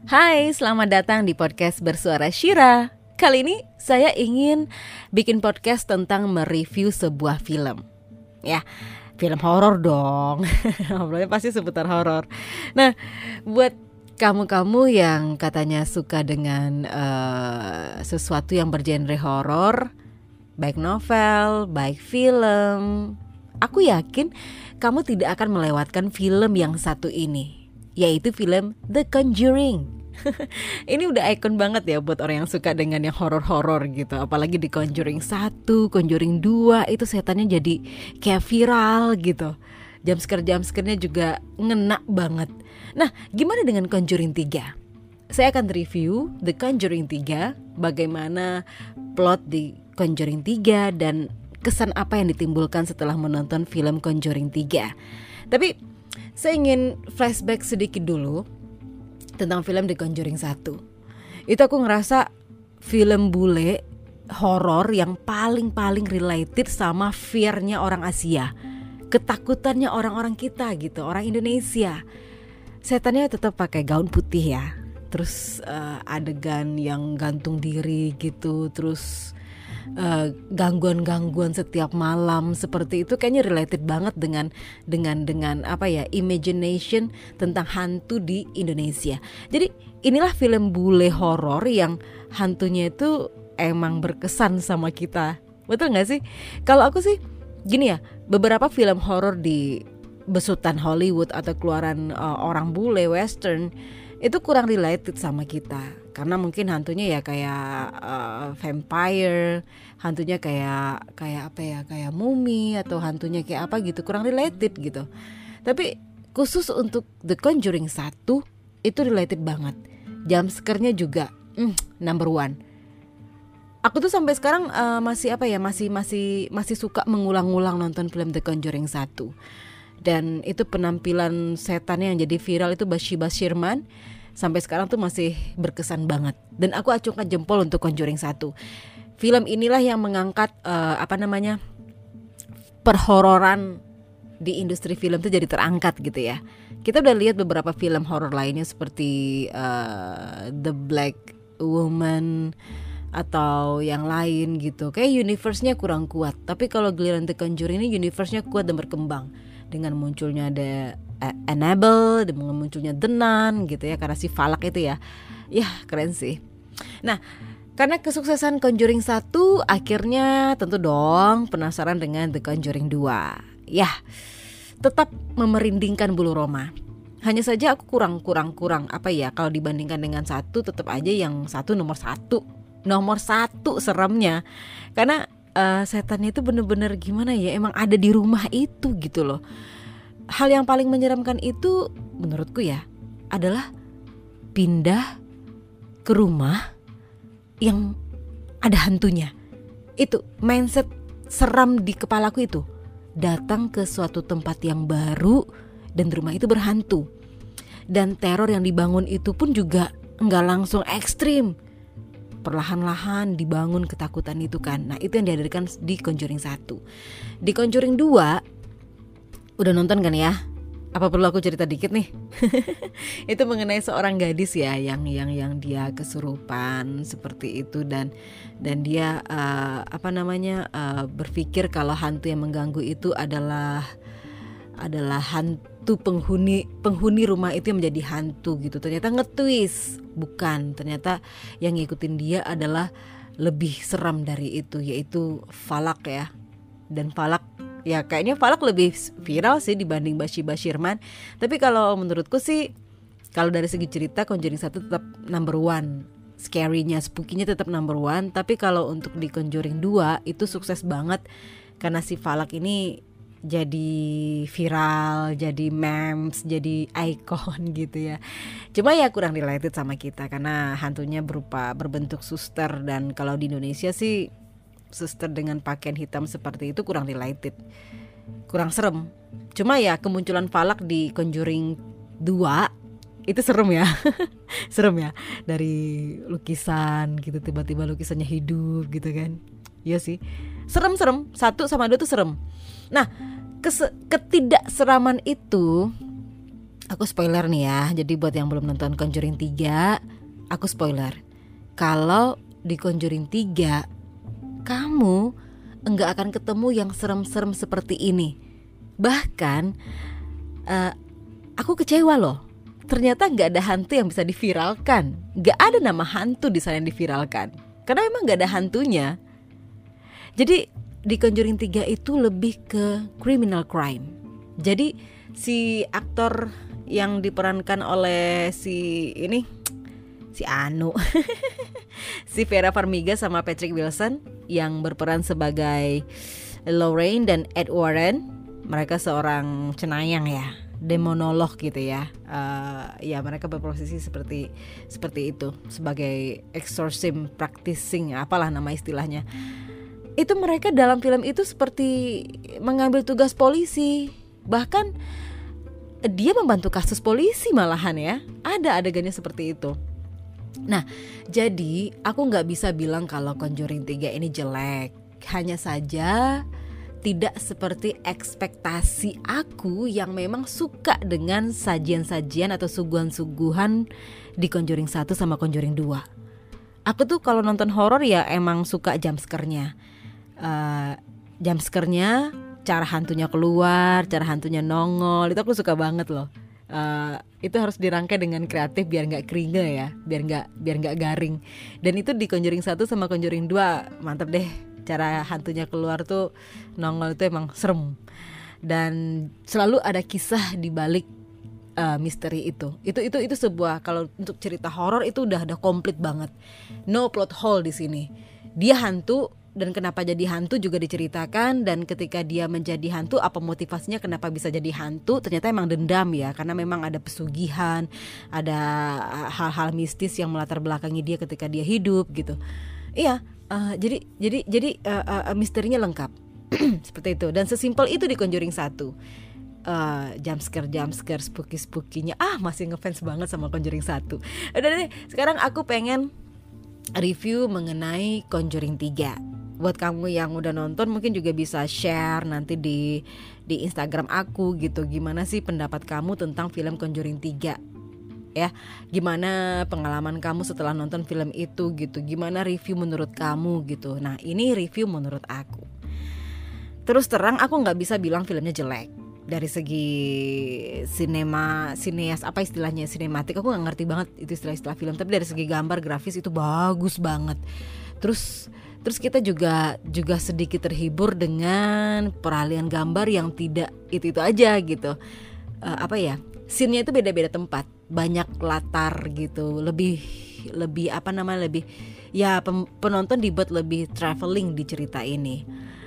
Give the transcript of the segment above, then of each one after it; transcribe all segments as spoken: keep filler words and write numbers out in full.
Hai, selamat datang di podcast Bersuara Shira. Kali ini saya ingin bikin podcast tentang mereview sebuah film. Ya, film horor dong. Ngobrolnya pasti seputar horor. Nah, buat kamu-kamu yang katanya suka dengan uh, sesuatu yang bergenre horor, baik novel, baik film, aku yakin kamu tidak akan melewatkan film yang satu ini, yaitu film The Conjuring. Ini udah ikon banget ya buat orang yang suka dengan yang horor-horor gitu. Apalagi di Conjuring satu, Conjuring dua itu setannya jadi kayak viral gitu. Jumpscare-jumpscare-nya juga ngena banget. Nah, gimana dengan Conjuring tiga? Saya akan review The Conjuring tiga, bagaimana plot di Conjuring tiga dan kesan apa yang ditimbulkan setelah menonton film Conjuring tiga. Tapi saya ingin flashback sedikit dulu tentang film The Conjuring satu. Itu aku ngerasa film bule horor yang paling-paling related sama fear-nya orang Asia, ketakutannya orang-orang kita gitu, orang Indonesia. Setannya tetap pakai gaun putih ya, terus uh, adegan yang gantung diri gitu, terus Uh, gangguan-gangguan setiap malam seperti itu kayaknya related banget dengan dengan dengan apa ya, imagination tentang hantu di Indonesia. Jadi inilah film bule horor yang hantunya itu emang berkesan sama kita. Betul nggak sih? Kalau aku sih gini ya, beberapa film horor di besutan Hollywood atau keluaran uh, orang bule western itu kurang related sama kita, karena mungkin hantunya ya kayak uh, vampire, hantunya kayak kayak apa ya, kayak mumi atau hantunya kayak apa gitu, kurang related gitu. Tapi khusus untuk The Conjuring satu itu related banget. Jumpscare-nya juga mm, number one. Aku tuh sampai sekarang uh, masih apa ya, masih masih masih suka mengulang-ulang nonton film The Conjuring satu. Dan itu penampilan setannya yang jadi viral itu Bathsheba Sherman sampai sekarang tuh masih berkesan banget. Dan aku acungkan jempol untuk Conjuring satu. Film inilah yang mengangkat uh, apa namanya, perhororan di industri film tuh jadi terangkat gitu ya. Kita udah lihat beberapa film horor lainnya seperti uh, The Black Woman atau yang lain gitu. Kayak universe-nya kurang kuat. Tapi kalau giliran The Conjuring ini universe-nya kuat dan berkembang. Dengan munculnya ada Annabelle, dengan munculnya The Nun gitu ya, karena si Falak itu ya. Ya keren sih. Nah, karena kesuksesan Conjuring satu, akhirnya tentu dong penasaran dengan The Conjuring dua. Ya, tetap memerindingkan bulu roma. Hanya saja aku kurang-kurang-kurang apa ya, kalau dibandingkan dengan satu tetap aja yang satu nomor satu. Nomor satu seremnya. Karena Uh, setannya itu bener-bener gimana ya, emang ada di rumah itu gitu loh. Hal yang paling menyeramkan itu menurutku ya adalah pindah ke rumah yang ada hantunya. Itu mindset seram di kepalaku itu. Datang ke suatu tempat yang baru dan rumah itu berhantu. Dan teror yang dibangun itu pun juga nggak langsung ekstrim, perlahan-lahan dibangun ketakutan itu kan. Nah itu yang dihadirkan di Conjuring satu. Di Conjuring dua udah nonton kan ya? Apa perlu aku cerita dikit nih? Itu mengenai seorang gadis ya, yang yang yang dia kesurupan seperti itu, dan dan dia uh, apa namanya uh, berpikir kalau hantu yang mengganggu itu adalah adalah hantu penghuni penghuni rumah itu yang menjadi hantu gitu. Ternyata nge-twist, bukan, ternyata yang ngikutin dia adalah lebih seram dari itu, yaitu Falak ya. Dan Falak ya kayaknya Falak lebih viral sih dibanding Bathsheba Sherman. Tapi kalau menurutku sih, kalau dari segi cerita Conjuring satu tetap number one, scary-nya, spooky-nya tetap number one. Tapi kalau untuk di Conjuring dua itu sukses banget karena si Falak ini jadi viral, jadi memes, jadi ikon gitu ya. Cuma ya kurang related sama kita karena hantunya berupa berbentuk suster, dan kalau di Indonesia sih suster dengan pakaian hitam seperti itu kurang related, kurang serem. Cuma ya kemunculan Falak di Conjuring dua itu serem ya. Serem ya, dari lukisan gitu, tiba-tiba lukisannya hidup gitu kan. Iya sih, serem-serem, satu sama dua tuh serem. Nah, kes- ketidakseraman itu Aku spoiler nih ya. Jadi buat yang belum nonton Conjuring tiga, aku spoiler. Kalau di Conjuring tiga kamu enggak akan ketemu yang serem-serem seperti ini. Bahkan uh, aku kecewa loh. Ternyata enggak ada hantu yang bisa diviralkan. Enggak ada nama hantu di sana yang diviralkan. Karena memang enggak ada hantunya. Jadi di Conjuring tiga itu lebih ke criminal crime. Jadi si aktor yang diperankan oleh si ini si Anu si Vera Farmiga sama Patrick Wilson yang berperan sebagai Lorraine dan Ed Warren. Mereka seorang cenayang ya, demonolog gitu ya. Uh, ya mereka berprofesi seperti seperti itu sebagai exorcism practicing, apalah nama istilahnya. Itu mereka dalam film itu seperti mengambil tugas polisi. Bahkan dia membantu kasus polisi malahan ya. Ada adegannya seperti itu. Nah, jadi aku gak bisa bilang kalau Conjuring tiga ini jelek. Hanya saja tidak seperti ekspektasi aku yang memang suka dengan sajian-sajian atau suguhan-suguhan di Conjuring satu sama Conjuring dua. Aku tuh kalau nonton horor ya emang suka jumpscare-nya. Uh, jumpscare-nya, cara hantunya keluar, cara hantunya nongol, itu aku suka banget loh. Uh, itu harus dirangkai dengan kreatif biar nggak keringe ya, biar nggak biar nggak garing. Dan itu di Conjuring satu sama Conjuring dua mantep deh. Cara hantunya keluar tuh nongol itu emang serem. Dan selalu ada kisah di balik uh, misteri itu. Itu itu itu sebuah, kalau untuk cerita horor itu udah ada komplit banget. No plot hole di sini. Dia hantu. Dan kenapa jadi hantu juga diceritakan. Dan ketika dia menjadi hantu, apa motivasinya kenapa bisa jadi hantu. Ternyata emang dendam ya. Karena memang ada pesugihan, ada hal-hal mistis yang melatar belakangi dia ketika dia hidup gitu. Iya, uh, jadi jadi jadi uh, uh, misterinya lengkap. Seperti itu. Dan sesimpel itu di Conjuring satu. Uh, jumpscare jumpscare spooky-spookinya. Ah masih ngefans banget sama Conjuring satu. Udah deh, sekarang aku pengen review mengenai Conjuring tiga. Buat kamu yang udah nonton mungkin juga bisa share nanti di di Instagram aku gitu. Gimana sih pendapat kamu tentang film Conjuring tiga? Ya, gimana pengalaman kamu setelah nonton film itu gitu. Gimana review menurut kamu gitu. Nah, ini review menurut aku. Terus terang aku enggak bisa bilang filmnya jelek. Dari segi sinema, sineas apa istilahnya, sinematik, aku enggak ngerti banget itu istilah-istilah film. Tapi dari segi gambar, grafis itu bagus banget. Terus Terus kita juga juga sedikit terhibur dengan peralihan gambar yang tidak itu-itu aja gitu. Uh, apa ya? Scene-nya itu beda-beda tempat, banyak latar gitu. Lebih lebih apa namanya? Lebih ya pem, penonton dibuat lebih traveling di cerita ini.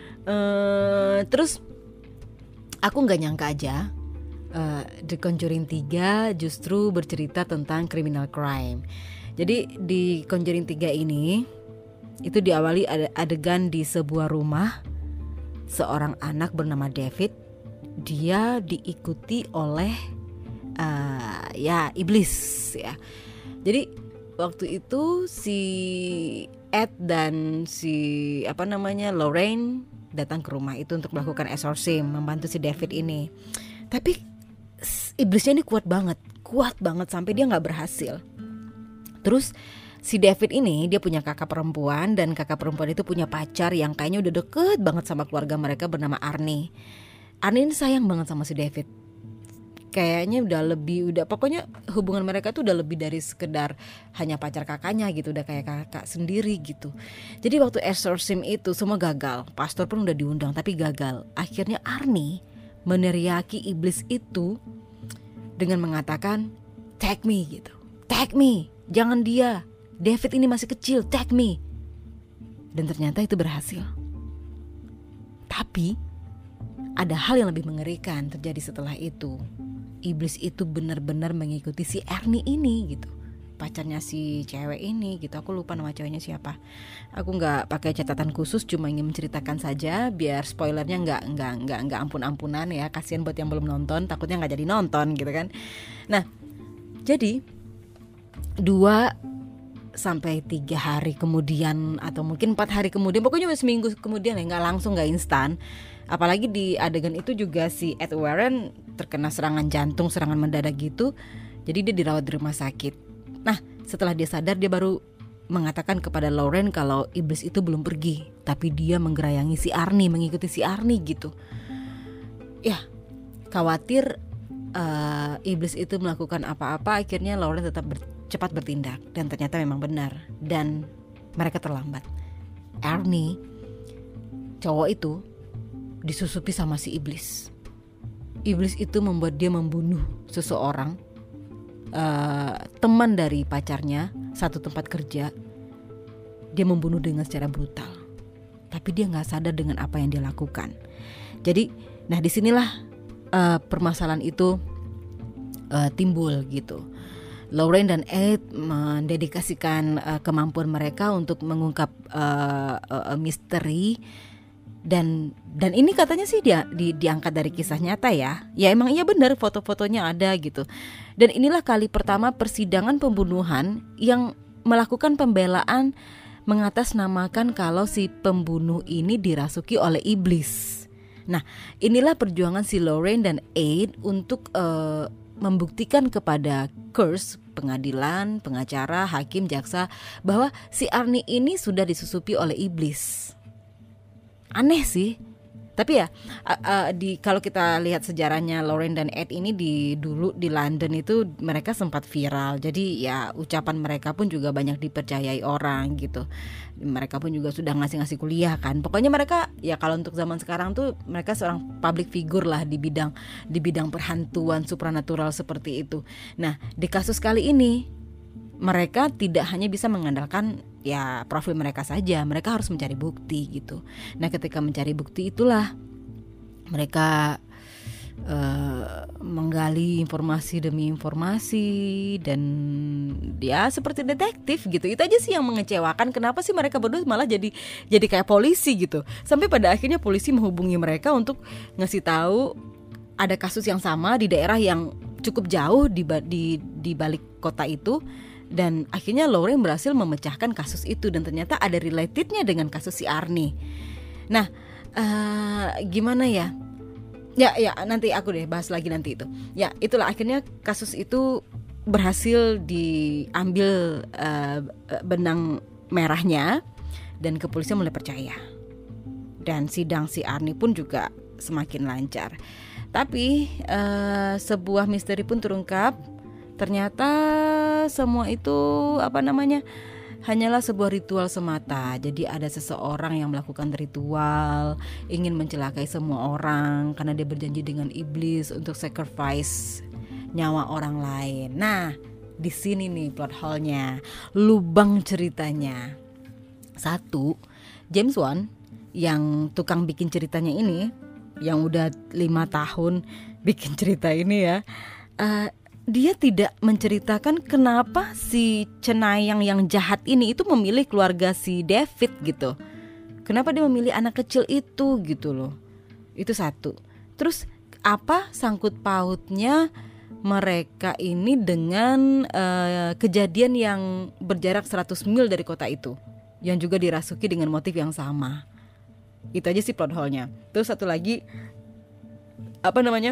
Uh, terus aku enggak nyangka aja uh, The Conjuring tiga justru bercerita tentang criminal crime. Jadi di Conjuring tiga ini itu diawali adegan di sebuah rumah. Seorang anak bernama David, dia diikuti oleh uh, ya iblis ya. Jadi waktu itu si Ed dan si apa namanya Lorraine datang ke rumah itu untuk melakukan exorcism, membantu si David ini. Tapi iblisnya ini kuat banget, kuat banget sampai dia nggak berhasil. Terus si David ini dia punya kakak perempuan, dan kakak perempuan itu punya pacar yang kayaknya udah deket banget sama keluarga mereka bernama Arnie. Arnie ini sayang banget sama si David. Kayaknya udah lebih, udah pokoknya hubungan mereka tuh udah lebih dari sekedar hanya pacar kakaknya gitu, udah kayak kakak sendiri gitu. Jadi waktu exorcism itu semua gagal, pastor pun udah diundang tapi gagal. Akhirnya Arnie meneriaki iblis itu dengan mengatakan take me gitu, take me, jangan dia. David ini masih kecil, take me. Dan ternyata itu berhasil. Tapi ada hal yang lebih mengerikan terjadi setelah itu. Iblis itu benar-benar mengikuti si Ernie ini gitu, pacarnya si cewek ini gitu. Aku lupa nama ceweknya siapa. Aku nggak pakai catatan khusus, cuma ingin menceritakan saja biar spoilernya nggak nggak nggak nggak ampun-ampunan ya. Kasian buat yang belum nonton, takutnya nggak jadi nonton gitu kan. Nah, jadi dua sampai tiga hari kemudian atau mungkin empat hari kemudian, pokoknya seminggu kemudian ya, nggak langsung, nggak instan. Apalagi di adegan itu juga si Ed Warren terkena serangan jantung, serangan mendadak gitu. Jadi dia dirawat di rumah sakit. Nah, setelah dia sadar dia baru mengatakan kepada Lauren kalau iblis itu belum pergi, tapi dia menggerayangi si Arnie, mengikuti si Arnie gitu. Ya, khawatir uh, iblis itu melakukan apa-apa, akhirnya Lauren tetap ber, cepat bertindak. Dan ternyata memang benar. Dan mereka terlambat. Arnie, cowok itu, disusupi sama si iblis. Iblis itu membuat dia membunuh seseorang, uh, teman dari pacarnya, satu tempat kerja. Dia membunuh dengan secara brutal. Tapi dia gak sadar dengan apa yang dia lakukan. Jadi, nah disinilah uh, permasalahan itu uh, timbul gitu. Lauren dan Ed mendedikasikan uh, kemampuan mereka untuk mengungkap uh, uh, misteri. Dan dan ini katanya sih dia di, diangkat dari kisah nyata ya. Ya emang iya benar, foto-fotonya ada gitu. Dan inilah kali pertama persidangan pembunuhan yang melakukan pembelaan mengatasnamakan kalau si pembunuh ini dirasuki oleh iblis. Nah, inilah perjuangan si Lauren dan Ed untuk uh, membuktikan kepada Kurtz, pengadilan, pengacara, hakim, jaksa, bahwa si Arnie ini sudah disusupi oleh iblis. Aneh sih, tapi ya uh, uh, di kalau kita lihat sejarahnya Lauren dan Ed ini di dulu di London itu mereka sempat viral. Jadi ya ucapan mereka pun juga banyak dipercayai orang gitu. Mereka pun juga sudah ngasih-ngasih kuliah kan. Pokoknya mereka ya kalau untuk zaman sekarang tuh mereka seorang public figure lah di bidang di bidang perhantuan supranatural seperti itu. Nah, di kasus kali ini mereka tidak hanya bisa mengandalkan ya profil mereka saja, mereka harus mencari bukti gitu. Nah, ketika mencari bukti itulah mereka uh, menggali informasi demi informasi dan ya seperti detektif gitu. Itu aja sih yang mengecewakan. Kenapa sih mereka berdua malah jadi jadi kayak polisi gitu? Sampai pada akhirnya polisi menghubungi mereka untuk ngasih tahu ada kasus yang sama di daerah yang cukup jauh di di, di balik kota itu. Dan akhirnya Lauren berhasil memecahkan kasus itu dan ternyata ada relatednya dengan kasus si Arnie. Nah, uh, gimana ya? Ya, ya nanti aku deh bahas lagi nanti itu. Ya, itulah akhirnya kasus itu berhasil diambil uh, benang merahnya dan kepolisian mulai percaya. Dan sidang si Arnie pun juga semakin lancar. Tapi uh, sebuah misteri pun terungkap. Ternyata semua itu apa namanya hanyalah sebuah ritual semata. Jadi ada seseorang yang melakukan ritual ingin mencelakai semua orang karena dia berjanji dengan iblis untuk sacrifice nyawa orang lain. Nah, di sini nih plot hole-nya, lubang ceritanya. Satu, James Wan yang tukang bikin ceritanya ini, yang udah lima tahun bikin cerita ini ya. Uh, Dia tidak menceritakan kenapa si cenayang yang jahat ini itu memilih keluarga si David gitu. Kenapa dia memilih anak kecil itu gitu loh. Itu satu. Terus apa sangkut pautnya mereka ini dengan uh, kejadian yang berjarak seratus mil dari kota itu, yang juga dirasuki dengan motif yang sama. Itu aja sih plot hole-nya. Terus satu lagi apa namanya?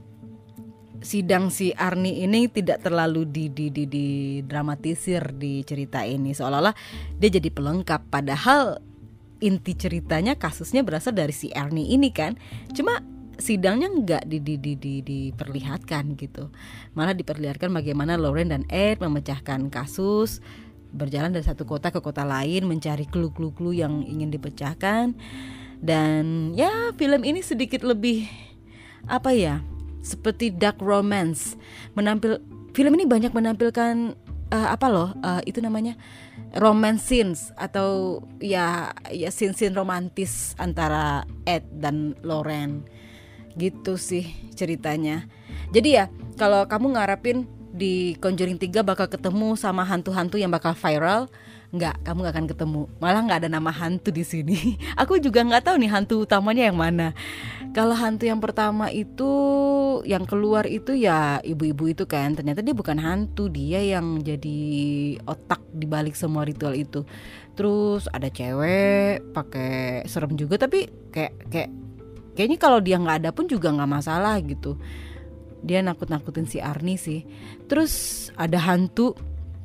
Sidang si Arnie ini tidak terlalu di, di, di, di dramatisir di cerita ini, seolah-olah dia jadi pelengkap, padahal inti ceritanya kasusnya berasal dari si Arnie ini kan, cuma sidangnya nggak di, di, di, di, diperlihatkan gitu, malah diperlihatkan bagaimana Lauren dan Ed memecahkan kasus, berjalan dari satu kota ke kota lain mencari clue-clue yang ingin dipecahkan. Dan ya film ini sedikit lebih apa ya, seperti dark romance. Menampil film ini banyak menampilkan uh, apa loh uh, itu namanya romance scenes atau ya ya scene-scene romantis antara Ed dan Lauren. Gitu sih ceritanya. Jadi ya kalau kamu ngarepin di Conjuring tiga bakal ketemu sama hantu-hantu yang bakal viral, nggak, kamu nggak akan ketemu. Malah nggak ada nama hantu di sini. Aku juga nggak tahu nih hantu utamanya yang mana. Kalau hantu yang pertama itu yang keluar itu ya ibu-ibu itu kan, ternyata dia bukan hantu, dia yang jadi otak dibalik semua ritual itu. Terus ada cewek pakai serem juga tapi kayak kayak Kayaknya kalau dia nggak ada pun juga nggak masalah gitu. Dia nakut-nakutin si Arnie sih. Terus ada hantu.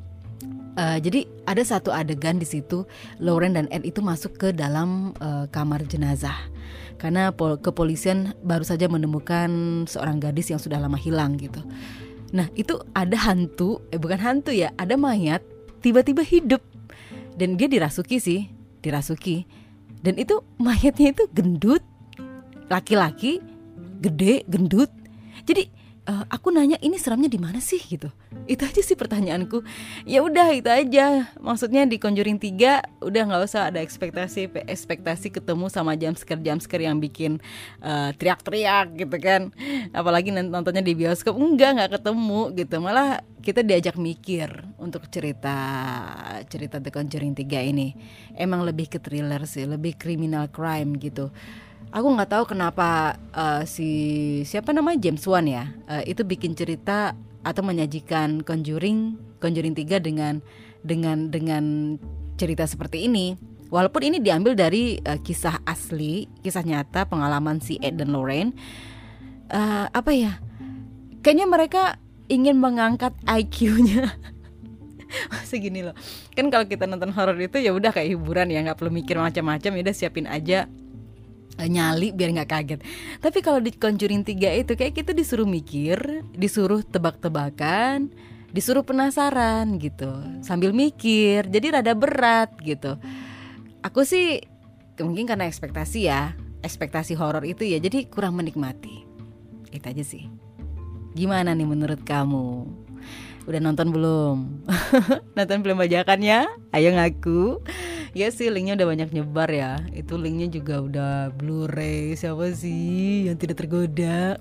Uh, jadi ada satu adegan di situ, Lauren dan Ed itu masuk ke dalam uh, kamar jenazah karena pol- kepolisian baru saja menemukan seorang gadis yang sudah lama hilang gitu. Nah itu ada hantu, eh bukan hantu ya, ada mayat tiba-tiba hidup dan dia dirasuki sih, dirasuki. Dan itu mayatnya itu gendut, laki-laki, gede, gendut. Jadi Uh, aku nanya ini seramnya di mana sih gitu. Itu aja sih pertanyaanku. Ya udah itu aja. Maksudnya di Conjuring tiga udah nggak usah ada ekspektasi ekspektasi ketemu sama jumpscare jumpscare yang bikin uh, teriak-teriak gitu kan. Apalagi nontonnya di bioskop enggak nggak ketemu gitu. Malah kita diajak mikir untuk cerita cerita The Conjuring tiga ini. Emang lebih ke thriller sih, lebih criminal crime gitu. Aku nggak tahu kenapa uh, si siapa namanya James Wan ya uh, itu bikin cerita atau menyajikan Conjuring Conjuring tiga dengan dengan dengan cerita seperti ini. Walaupun ini diambil dari uh, kisah asli, kisah nyata pengalaman si Ed dan Lauren. Uh, apa ya? Kayaknya mereka ingin mengangkat I Q-nya. Masa gini loh. Kan kalau kita nonton horor itu ya udah kayak hiburan ya, nggak perlu mikir macam-macam, ya udah siapin aja nyali biar nggak kaget. Tapi kalau di Conjuring tiga itu kayak kita disuruh mikir, disuruh tebak-tebakan, disuruh penasaran gitu sambil mikir, jadi rada berat gitu. Aku sih mungkin karena ekspektasi ya, ekspektasi horor itu ya, jadi kurang menikmati. Itu aja sih. Gimana nih menurut kamu? Udah nonton belum? Nonton film bajakannya? Ayo ngaku. Ya sih, linknya udah banyak nyebar ya. Itu linknya juga udah Blu-ray. Siapa sih yang tidak tergoda?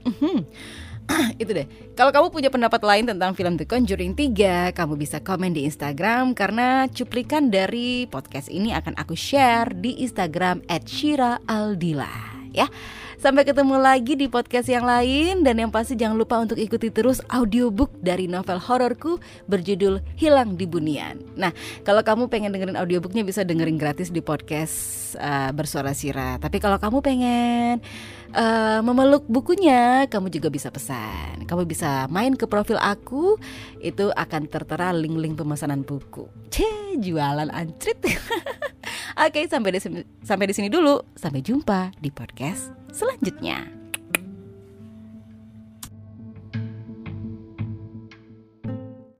Itu deh. Kalau kamu punya pendapat lain tentang film The Conjuring tiga, kamu bisa komen di Instagram, karena cuplikan dari podcast ini akan aku share di Instagram at shira aldila ya. Sampai ketemu lagi di podcast yang lain. Dan yang pasti jangan lupa untuk ikuti terus audiobook dari novel hororku berjudul Hilang di Bunian. Nah, kalau kamu pengen dengerin audiobooknya bisa dengerin gratis di podcast uh, Bersuara Shira. Tapi kalau kamu pengen uh, memeluk bukunya, kamu juga bisa pesan. Kamu bisa main ke profil aku, itu akan tertera link-link pemesanan buku. Cih, jualan ancrit. Oke, sampai di sampai di sini dulu. Sampai jumpa di podcast selanjutnya.